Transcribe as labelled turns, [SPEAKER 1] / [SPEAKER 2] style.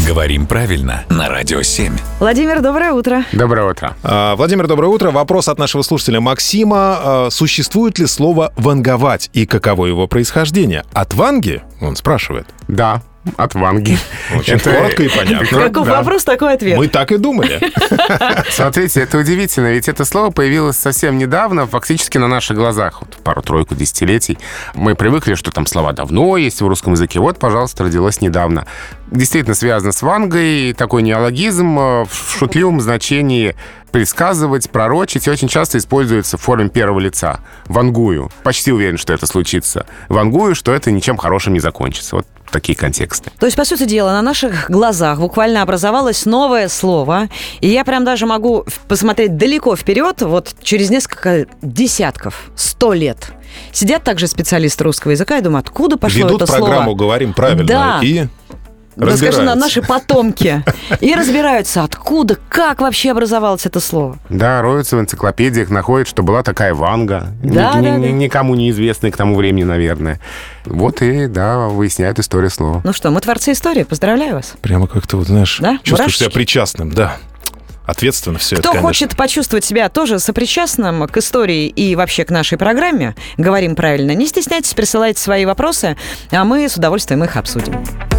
[SPEAKER 1] Говорим правильно на Радио 7.
[SPEAKER 2] Владимир, доброе утро.
[SPEAKER 3] Доброе утро.
[SPEAKER 4] Владимир, доброе утро. Вопрос от нашего слушателя Максима. Существует ли слово «ванговать» и каково его происхождение? От ванги? Он спрашивает.
[SPEAKER 3] Да, от ванги.
[SPEAKER 4] Очень коротко и понятно.
[SPEAKER 2] Каков вопрос, такой ответ.
[SPEAKER 4] Мы так и думали.
[SPEAKER 3] Смотрите, это удивительно, ведь это слово появилось совсем недавно, фактически на наших глазах, вот пару-тройку десятилетий. Мы привыкли, что там слова давно есть в русском языке. Вот, пожалуйста, родилось недавно. Действительно связано с вангой, такой неологизм в шутливом значении предсказывать, пророчить, и очень часто используется в форме первого лица. Вангую. Почти уверен, что это случится. Вангую, что это ничем хорошим не закончится. Вот такие контексты.
[SPEAKER 2] То есть, по сути дела, на наших глазах буквально образовалось новое слово, и я прям даже могу посмотреть далеко вперед, вот через несколько десятков, 100 лет. Сидят также специалисты русского языка и думают, откуда пошло
[SPEAKER 4] Ведут
[SPEAKER 2] это слово.
[SPEAKER 4] Ведут программу «Говорим правильно»
[SPEAKER 2] да.
[SPEAKER 4] И
[SPEAKER 2] расскажи нам, наши потомки. И разбираются, откуда, как вообще образовалось это слово.
[SPEAKER 3] Да, роются в энциклопедиях, находят, что была такая ванга.
[SPEAKER 2] Да.
[SPEAKER 3] Никому неизвестная к тому времени, наверное. Вот и, да, выясняют историю слова.
[SPEAKER 2] Ну что, мы творцы истории, поздравляю вас.
[SPEAKER 4] прямо как-то, вот, знаешь,
[SPEAKER 2] Да?
[SPEAKER 4] чувствуешь
[SPEAKER 2] Мурашечки?
[SPEAKER 4] себя причастным, да. Ответственно все
[SPEAKER 2] Кто
[SPEAKER 4] это, конечно.
[SPEAKER 2] хочет почувствовать себя тоже сопричастным к истории и вообще к нашей программе «Говорим правильно», не стесняйтесь, присылайте свои вопросы, а мы с удовольствием их обсудим.